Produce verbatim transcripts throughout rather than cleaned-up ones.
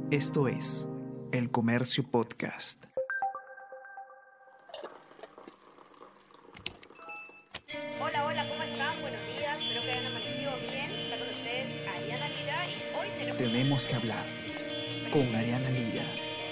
Esto es El Comercio Podcast. Hola, hola, ¿cómo están? Buenos días, espero que hayan amanecido bien. Está con ustedes Ariana Lira y hoy tenemos... Tenemos que hablar con Ariana Lira.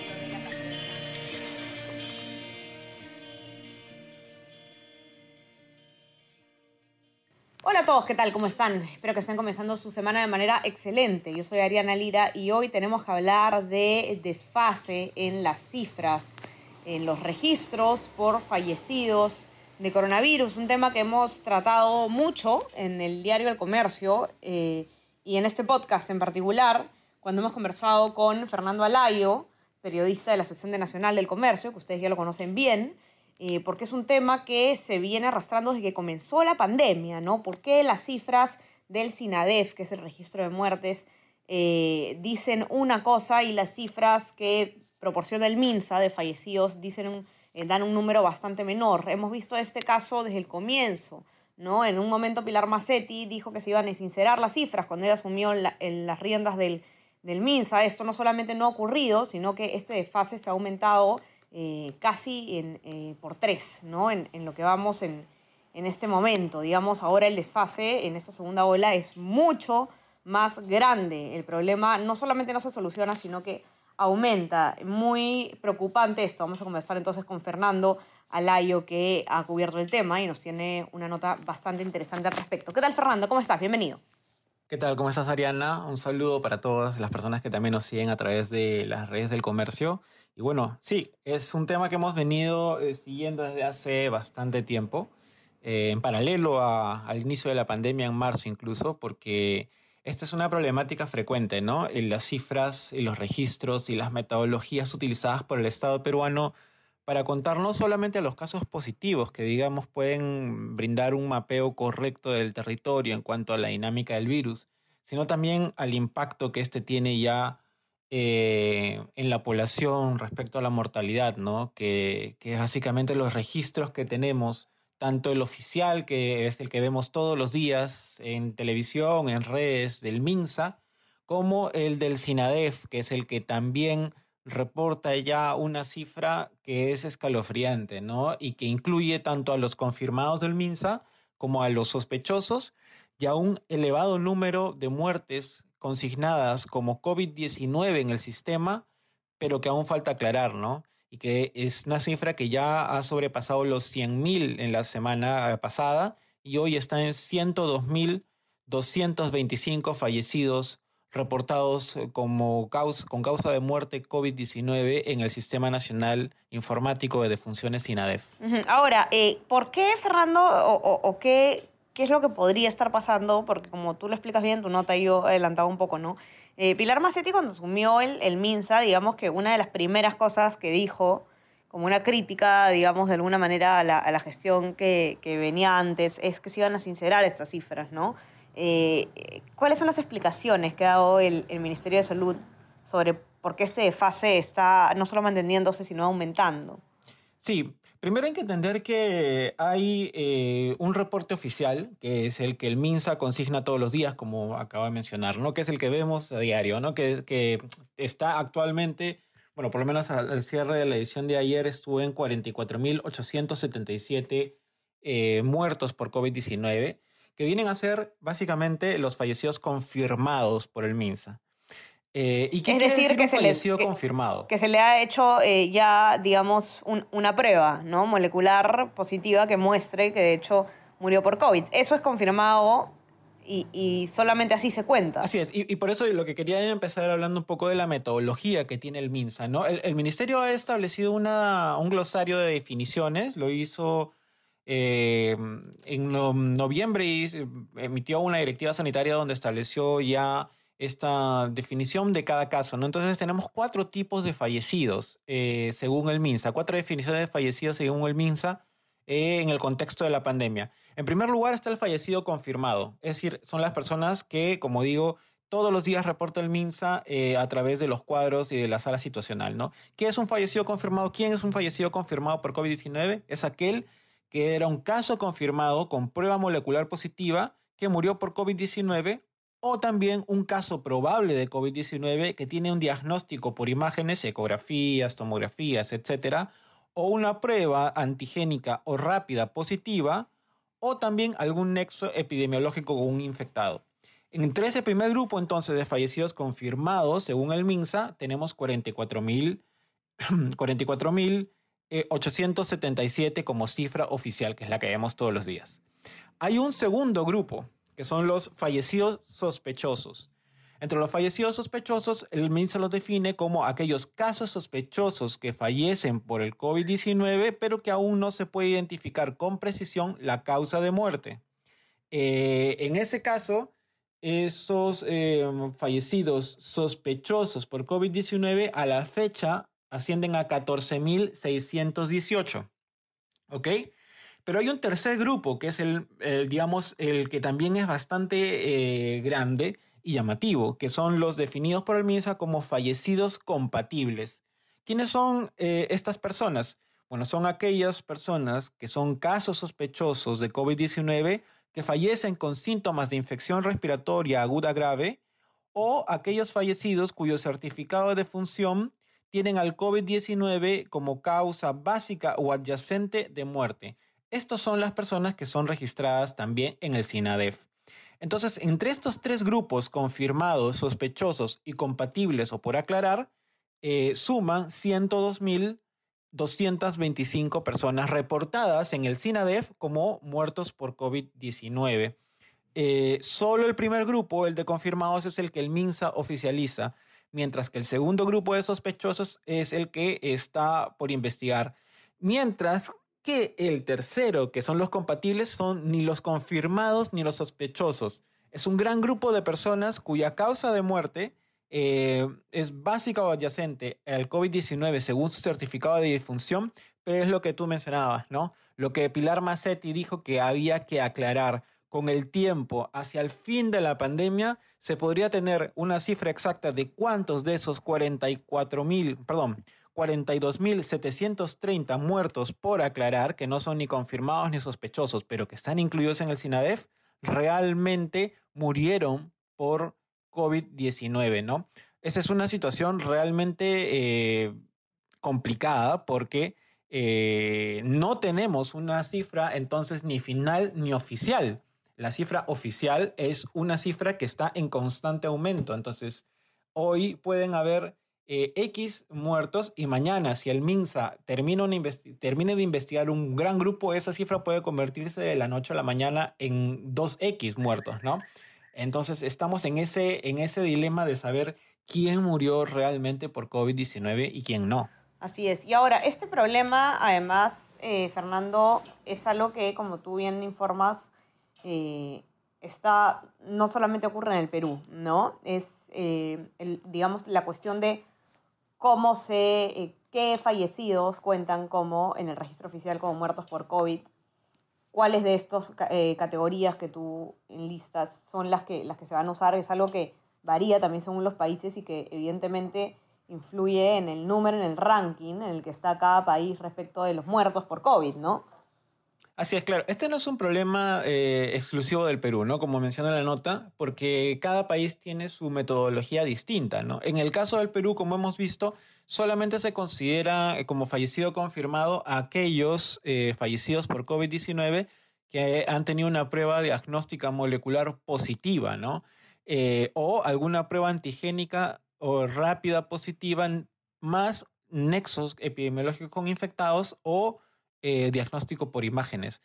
Hola a todos, ¿qué tal? ¿Cómo están? Espero que estén comenzando su semana de manera excelente. Yo soy Ariana Lira y hoy tenemos que hablar de desfase en las cifras, en los registros por fallecidos de coronavirus, un tema que hemos tratado mucho en el diario El Comercio eh, y en este podcast en particular, cuando hemos conversado con Fernando Alayo, periodista de la sección de Nacional del Comercio, que ustedes ya lo conocen bien, Eh, porque es un tema que se viene arrastrando desde que comenzó la pandemia, ¿no? ¿Por qué las cifras del SINADEF, que es el registro de muertes, eh, dicen una cosa y las cifras que proporciona el MINSA de fallecidos dicen un, eh, dan un número bastante menor? Hemos visto este caso desde el comienzo, ¿no? En un momento Pilar Macetti dijo que se iban a sincerar las cifras cuando ella asumió la, en las riendas del, del MINSA. Esto no solamente no ha ocurrido, sino que este desfase se ha aumentado Eh, casi en, eh, por tres, ¿no? En, en lo que vamos en, en este momento. Digamos, ahora el desfase en esta segunda ola es mucho más grande. El problema no solamente no se soluciona, sino que aumenta. Muy preocupante esto. Vamos a conversar entonces con Fernando Alayo, que ha cubierto el tema y nos tiene una nota bastante interesante al respecto. ¿Qué tal, Fernando? ¿Cómo estás? Bienvenido. ¿Qué tal? ¿Cómo estás, Ariana? Un saludo para todas las personas que también nos siguen a través de las redes del comercio. Y bueno, sí, es un tema que hemos venido eh, siguiendo desde hace bastante tiempo, eh, en paralelo a- al inicio de la pandemia, en marzo incluso, porque esta es una problemática frecuente, ¿no? En las cifras y los registros y las metodologías utilizadas por el Estado peruano para contar no solamente los casos positivos, que digamos pueden brindar un mapeo correcto del territorio en cuanto a la dinámica del virus, sino también al impacto que este tiene ya eh, en la población respecto a la mortalidad, ¿no? Que, que básicamente los registros que tenemos, tanto el oficial, que es el que vemos todos los días en televisión, en redes del MINSA, como el del SINADEF, que es el que también reporta ya una cifra que es escalofriante, ¿no? Y que incluye tanto a los confirmados del MINSA como a los sospechosos y a un elevado número de muertes consignadas como COVID diecinueve en el sistema, pero que aún falta aclarar, ¿no? Y que es una cifra que ya ha sobrepasado los cien mil en la semana eh, pasada y hoy está en ciento dos mil doscientos veinticinco fallecidos reportados eh, como causa, con causa de muerte COVID diecinueve en el Sistema Nacional Informático de Defunciones SINADEF. Ujú. Ahora, eh, ¿por qué, Fernando, o, o- o qué, qué es lo que podría estar pasando? Porque como tú lo explicas bien, tu nota yo adelantaba un poco, ¿no? Eh, Pilar Macetti, cuando asumió el, el MINSA, digamos que una de las primeras cosas que dijo, como una crítica, digamos, de alguna manera a la, a la gestión que, que venía antes, es que se iban a sincerar estas cifras, ¿no? Eh, eh, ¿cuáles son las explicaciones que ha dado el, el Ministerio de Salud sobre por qué este desfase está no solo manteniéndose, sino aumentando? Sí, primero hay que entender que hay eh, un reporte oficial, que es el que el MINSA consigna todos los días, como acabo de mencionar, ¿no? Que es el que vemos a diario, ¿no? Que, que está actualmente, bueno, por lo menos al, al cierre de la edición de ayer estuvo en cuarenta y cuatro mil ochocientos setenta y siete eh, muertos por COVID diecinueve, que vienen a ser básicamente los fallecidos confirmados por el MINSA. Eh, ¿y qué Es quiere decir, decir que un se les, fallecido que, confirmado? que se le ha hecho eh, ya, digamos, un- una prueba, ¿no? Molecular positiva que muestre que de hecho murió por COVID. Eso es confirmado y, y solamente así se cuenta. Así es, y, y por eso lo que quería era empezar hablando un poco de la metodología que tiene el MINSA, ¿no? El, el ministerio ha establecido una, un glosario de definiciones, lo hizo eh, en no- noviembre y eh, emitió una directiva sanitaria donde estableció ya esta definición de cada caso, ¿no? Entonces tenemos cuatro tipos de fallecidos eh, según el MINSA, cuatro definiciones de fallecidos según el MINSA eh, en el contexto de la pandemia. En primer lugar está el fallecido confirmado, es decir, son las personas que, como digo, todos los días reporta el MINSA eh, a través de los cuadros y de la sala situacional, ¿no? ¿Qué es un fallecido confirmado? ¿Quién es un fallecido confirmado por COVID diecinueve? Es aquel que era un caso confirmado con prueba molecular positiva que murió por COVID diecinueve o también un caso probable de COVID diecinueve que tiene un diagnóstico por imágenes, ecografías, tomografías, etcétera, o una prueba antigénica o rápida positiva, o también algún nexo epidemiológico con un infectado. Entre ese primer grupo, entonces, de fallecidos confirmados, según el MINSA, tenemos cuarenta y cuatro mil ochocientos setenta y siete como cifra oficial, que es la que vemos todos los días. Hay un segundo grupo, que son los fallecidos sospechosos. Entre los fallecidos sospechosos, el MINSA los define como aquellos casos sospechosos que fallecen por el COVID diecinueve, pero que aún no se puede identificar con precisión la causa de muerte. Eh, en ese caso, esos eh, fallecidos sospechosos por COVID diecinueve a la fecha ascienden a catorce mil seiscientos dieciocho. ¿Ok? Pero hay un tercer grupo que es el, el digamos, el que también es bastante eh, grande y llamativo, que son los definidos por el MINSA como fallecidos compatibles. ¿Quiénes son eh, estas personas? Bueno, son aquellas personas que son casos sospechosos de COVID diecinueve que fallecen con síntomas de infección respiratoria aguda grave, o aquellos fallecidos cuyo certificado de defunción tienen al COVID diecinueve como causa básica o adyacente de muerte. Estas son las personas que son registradas también en el SINADEF. Entonces, entre estos tres grupos confirmados, sospechosos y compatibles o por aclarar, eh, suman ciento dos mil doscientas veinticinco personas reportadas en el SINADEF como muertos por COVID diecinueve. Eh, solo el primer grupo, el de confirmados, es el que el MINSA oficializa, mientras que el segundo grupo de sospechosos es el que está por investigar. Mientras que el tercero, que son los compatibles, son ni los confirmados ni los sospechosos. Es un gran grupo de personas cuya causa de muerte eh, es básica o adyacente al COVID diecinueve según su certificado de defunción, pero es lo que tú mencionabas, ¿no? Lo que Pilar Massetti dijo que había que aclarar. Con el tiempo, hacia el fin de la pandemia, se podría tener una cifra exacta de cuántos de esos cuarenta y cuatro mil, perdón, cuarenta y dos mil setecientos treinta muertos por aclarar, que no son ni confirmados ni sospechosos, pero que están incluidos en el SINADEF, realmente murieron por COVID diecinueve, ¿no? Esa es una situación realmente eh, complicada porque eh, no tenemos una cifra entonces ni final ni oficial. La cifra oficial es una cifra que está en constante aumento. Entonces, hoy pueden haber eh, X muertos y mañana, si el MINSA termina una termine de investigar un gran grupo, esa cifra puede convertirse de la noche a la mañana en dos X muertos, ¿no? Entonces, estamos en ese, en ese dilema de saber quién murió realmente por COVID diecinueve y quién no. Así es. Y ahora, este problema, además, eh, Fernando, es algo que, como tú bien informas, Eh, está, no solamente ocurre en el Perú, ¿no? Es, eh, el, digamos, la cuestión de cómo se, eh, qué fallecidos cuentan como en el registro oficial como muertos por COVID, cuáles de estas eh, categorías que tú enlistas son las que, las que se van a usar, es algo que varía también según los países y que evidentemente influye en el número, en el ranking en el que está cada país respecto de los muertos por COVID, ¿no? Así es, claro. Este no es un problema eh, exclusivo del Perú, ¿no? Como menciona la nota, porque cada país tiene su metodología distinta, ¿no? En el caso del Perú, como hemos visto, solamente se considera como fallecido confirmado a aquellos eh, fallecidos por COVID diecinueve que han tenido una prueba diagnóstica molecular positiva, ¿no? Eh, o alguna prueba antigénica o rápida positiva más nexos epidemiológicos con infectados o Eh, diagnóstico por imágenes.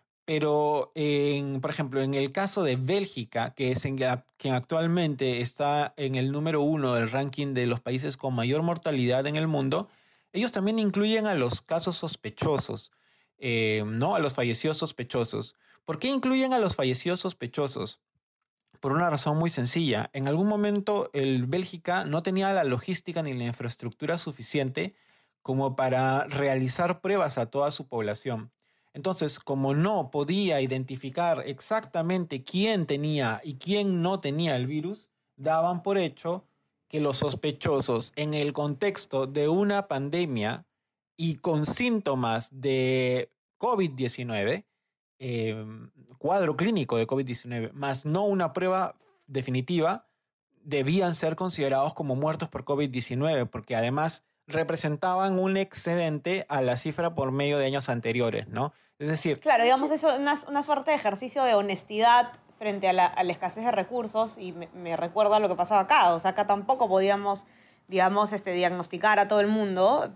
Pero, en, por ejemplo, en el caso de Bélgica, que es en la, quien actualmente está en el número uno del ranking de los países con mayor mortalidad en el mundo, ellos también incluyen a los casos sospechosos, eh, ¿no? A los fallecidos sospechosos. ¿Por qué incluyen a los fallecidos sospechosos? Por una razón muy sencilla. En algún momento, el Bélgica no tenía la logística ni la infraestructura suficiente como para realizar pruebas a toda su población. Entonces, como no podía identificar exactamente quién tenía y quién no tenía el virus, daban por hecho que los sospechosos en el contexto de una pandemia y con síntomas de COVID diecinueve, eh, cuadro clínico de COVID diecinueve, más no una prueba definitiva debían ser considerados como muertos por COVID diecinueve, porque además representaban un excedente a la cifra por medio de años anteriores, ¿no? Es decir... Claro, digamos, eso es una, una suerte de ejercicio de honestidad frente a la, a la escasez de recursos, y me, me recuerda lo que pasaba acá. O sea, acá tampoco podíamos, digamos, este, diagnosticar a todo el mundo,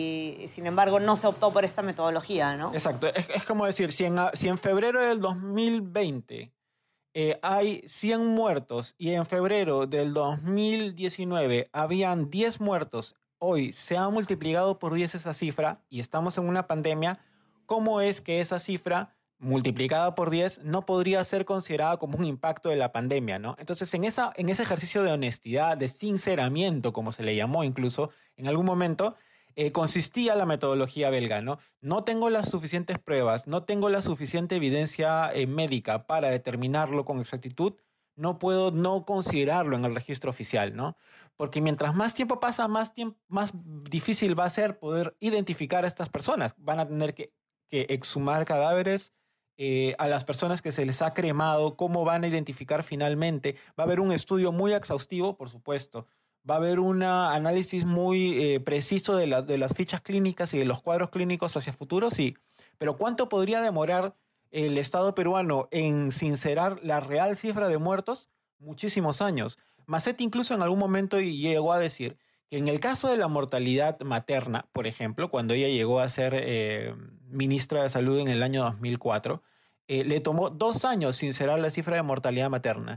y sin embargo no se optó por esta metodología, ¿no? Exacto. Es, es como decir, si en, si en febrero del dos mil veinte eh, hay cien muertos y en febrero del dos mil diecinueve habían diez muertos, hoy se ha multiplicado por diez esa cifra y estamos en una pandemia, ¿cómo es que esa cifra multiplicada por diez no podría ser considerada como un impacto de la pandemia, ¿no? Entonces, en, esa, en ese ejercicio de honestidad, de sinceramiento, como se le llamó incluso en algún momento, eh, consistía la metodología belga, ¿no? No tengo las suficientes pruebas, no tengo la suficiente evidencia eh, médica para determinarlo con exactitud, no puedo no considerarlo en el registro oficial, ¿no? Porque mientras más tiempo pasa, más, tiempo, más difícil va a ser poder identificar a estas personas. Van a tener que, que exhumar cadáveres, eh, a las personas que se les ha cremado, cómo van a identificar finalmente. Va a haber un estudio muy exhaustivo, por supuesto. Va a haber un análisis muy eh, preciso de, la, de las fichas clínicas y de los cuadros clínicos hacia futuro, sí. Pero ¿cuánto podría demorar el Estado peruano en sincerar la real cifra de muertos? Muchísimos años. Macetti incluso en algún momento llegó a decir que en el caso de la mortalidad materna, por ejemplo, cuando ella llegó a ser eh, ministra de Salud en el año dos mil cuatro, eh, le tomó dos años sincerar la cifra de mortalidad materna.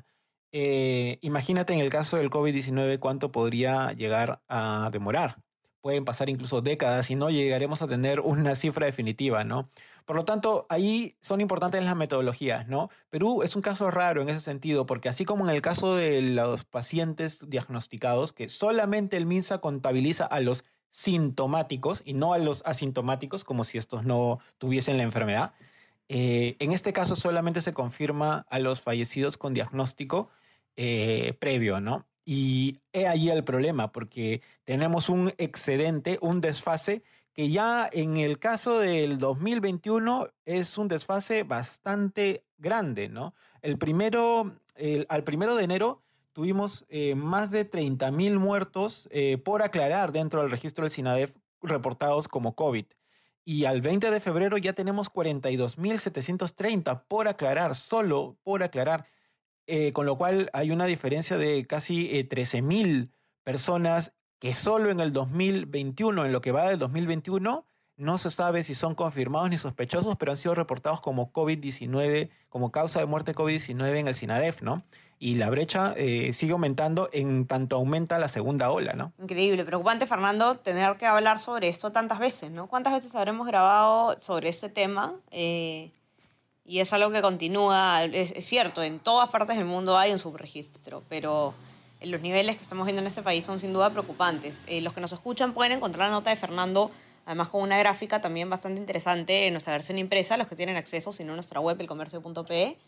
Eh, imagínate en el caso del COVID diecinueve cuánto podría llegar a demorar. Pueden pasar incluso décadas y no llegaremos a tener una cifra definitiva, ¿no? Por lo tanto, ahí son importantes las metodologías, ¿no? Perú es un caso raro en ese sentido, porque así como en el caso de los pacientes diagnosticados, que solamente el MINSA contabiliza a los sintomáticos y no a los asintomáticos, como si estos no tuviesen la enfermedad, eh, en este caso solamente se confirma a los fallecidos con diagnóstico eh, previo, ¿no? Y he ahí el problema, porque tenemos un excedente, un desfase, que ya en el caso del dos mil veintiuno es un desfase bastante grande, ¿no? El primero, el, al primero de enero tuvimos eh, más de treinta mil muertos eh, por aclarar dentro del registro del SINADEF reportados como COVID. Y al veinte de febrero ya tenemos cuarenta y dos mil setecientos treinta por aclarar, solo por aclarar. Eh, con lo cual hay una diferencia de casi eh, trece mil personas que solo en el dos mil veintiuno, en lo que va del dos mil veintiuno, no se sabe si son confirmados ni sospechosos, pero han sido reportados como COVID diecinueve, como causa de muerte COVID diecinueve en el SINADEF, ¿no? Y la brecha eh, sigue aumentando en tanto aumenta la segunda ola, ¿no? Increíble, preocupante, Fernando, tener que hablar sobre esto tantas veces, ¿no? ¿Cuántas veces habremos grabado sobre este tema? Eh... Y es algo que continúa, es, es cierto, en todas partes del mundo hay un subregistro, pero los niveles que estamos viendo en este país son sin duda preocupantes. Eh, los que nos escuchan pueden encontrar la nota de Fernando, además con una gráfica también bastante interesante en nuestra versión impresa, los que tienen acceso, si no en nuestra web, elcomercio punto pe.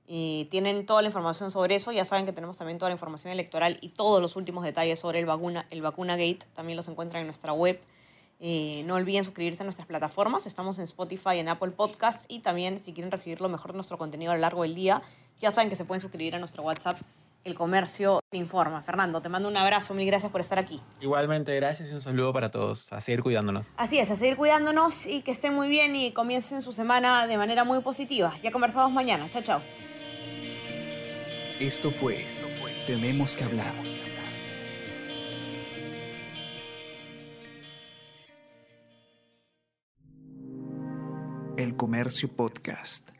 Y tienen toda la información sobre eso. Ya saben que tenemos también toda la información electoral y todos los últimos detalles sobre el vacuna, el vacuna gate, también los encuentran en nuestra web. Eh, no olviden suscribirse a nuestras plataformas. Estamos en Spotify, en Apple Podcasts, y también si quieren recibir lo mejor de nuestro contenido a lo largo del día, ya saben que se pueden suscribir a nuestro WhatsApp, El Comercio Te Informa. Fernando, te mando un abrazo, mil gracias por estar aquí. Igualmente, gracias y un saludo para todos. A seguir cuidándonos. Así es, a seguir cuidándonos y que estén muy bien y comiencen su semana de manera muy positiva. Ya conversamos mañana. Chao, chao. Esto fue Tenemos que hablar. El Comercio Podcast.